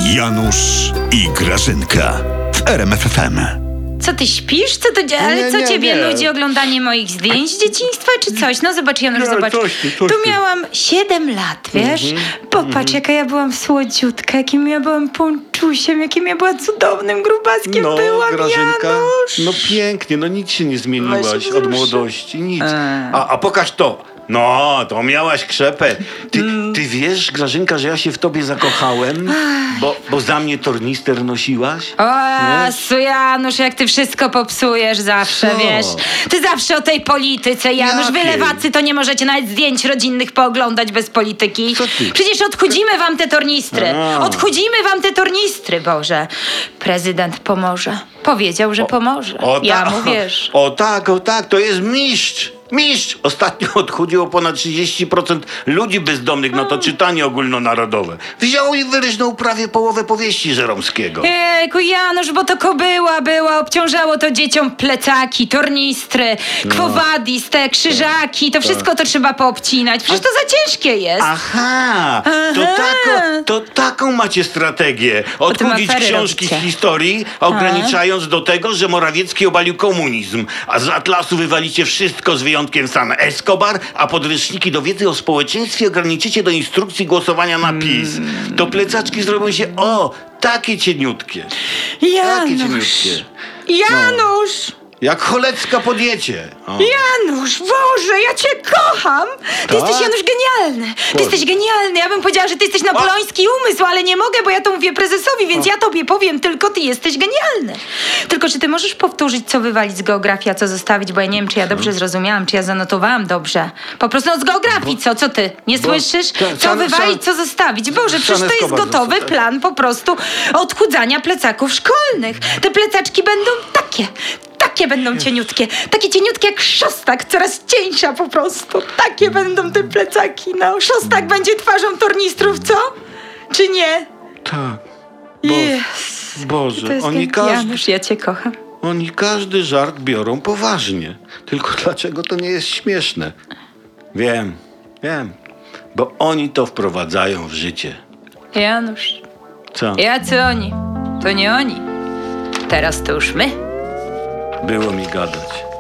Janusz i Grażynka w RMF FM. Co, ty śpisz? Co to ale co ciebie nudzi, oglądanie moich zdjęć z dzieciństwa czy coś? No zobacz, Janusz, zobacz. Tu miałam 7 lat, wiesz? Popatrz, jaka ja byłam słodziutka, jakim ja byłam ponczusiem, jakim ja byłam cudownym grubaskiem byłam, Grażynka, Janusz. no pięknie, no nic się nie zmieniłaś Właśnie od młodości, nic. A pokaż to. No, to miałaś krzepę. Ty wiesz, Grażynka, że ja się w tobie zakochałem? Bo za mnie tornister nosiłaś? O, Janusz, jak ty wszystko popsujesz zawsze, Co? wiesz? Ty zawsze o tej polityce, Janusz. Wy Jakiej? lewacy to nie możecie nawet zdjęć rodzinnych pooglądać bez polityki. Co ty? Przecież odchudzimy wam te tornistry. Odchudzimy wam te tornistry, Boże. Prezydent pomoże. Powiedział, że pomoże. Ja mu wierz. O tak, to jest mistrz. Mistrz! Ostatnio odchudziło ponad 30% ludzi bezdomnych, no to czytanie ogólnonarodowe. Wziął i wyryżnął prawie połowę powieści Żeromskiego. Ejku, Janusz, bo to kobyła była, obciążało to dzieciom plecaki, tornistry, kwowadis, te krzyżaki, to wszystko to trzeba poobcinać, przecież to za ciężkie jest. Aha, to taką macie strategię. Odchudzić afery książki robicie. z historii, ograniczając do tego, że Morawiecki obalił komunizm, a z atlasu wywalicie wszystko z wyjątkiem San Escobar, a podręczniki do wiedzy o społeczeństwie ograniczycie do instrukcji głosowania na PiS. To plecaczki zrobią się, takie cieniutkie. Takie Janusz, cieniutkie. Janusz! Jak Cholecka po diecie. Janusz, Boże, ja cię kocham! Ty jesteś, Janusz, genialny. Ty jesteś genialny. Ja bym powiedziała, że ty jesteś napoleoński umysł, ale nie mogę, bo ja to mówię prezesowi, więc ja tobie powiem, tylko ty jesteś genialny. Tylko czy ty możesz powtórzyć, co wywalić z geografii, a co zostawić? Bo ja nie wiem, czy ja dobrze zrozumiałam, czy ja zanotowałam dobrze. Po prostu z geografii, co ty? Nie słyszysz? Co wywalić, co zostawić? Boże, przecież to jest gotowy plan po prostu odchudzania plecaków szkolnych. Te plecaczki będą takie będą cieniutkie. Takie cieniutkie jak Szostak, coraz cieńsza po prostu. Takie będą te plecaki, no. Szostak będzie twarzą tornistrów, co? Czy nie? Tak. To jest Janusz, ja cię kocham. Oni każdy żart biorą poważnie. Tylko dlaczego to nie jest śmieszne? Wiem. Bo oni to wprowadzają w życie. Janusz, Co? jacy oni? To nie oni. Teraz to już my. Było mi gadać.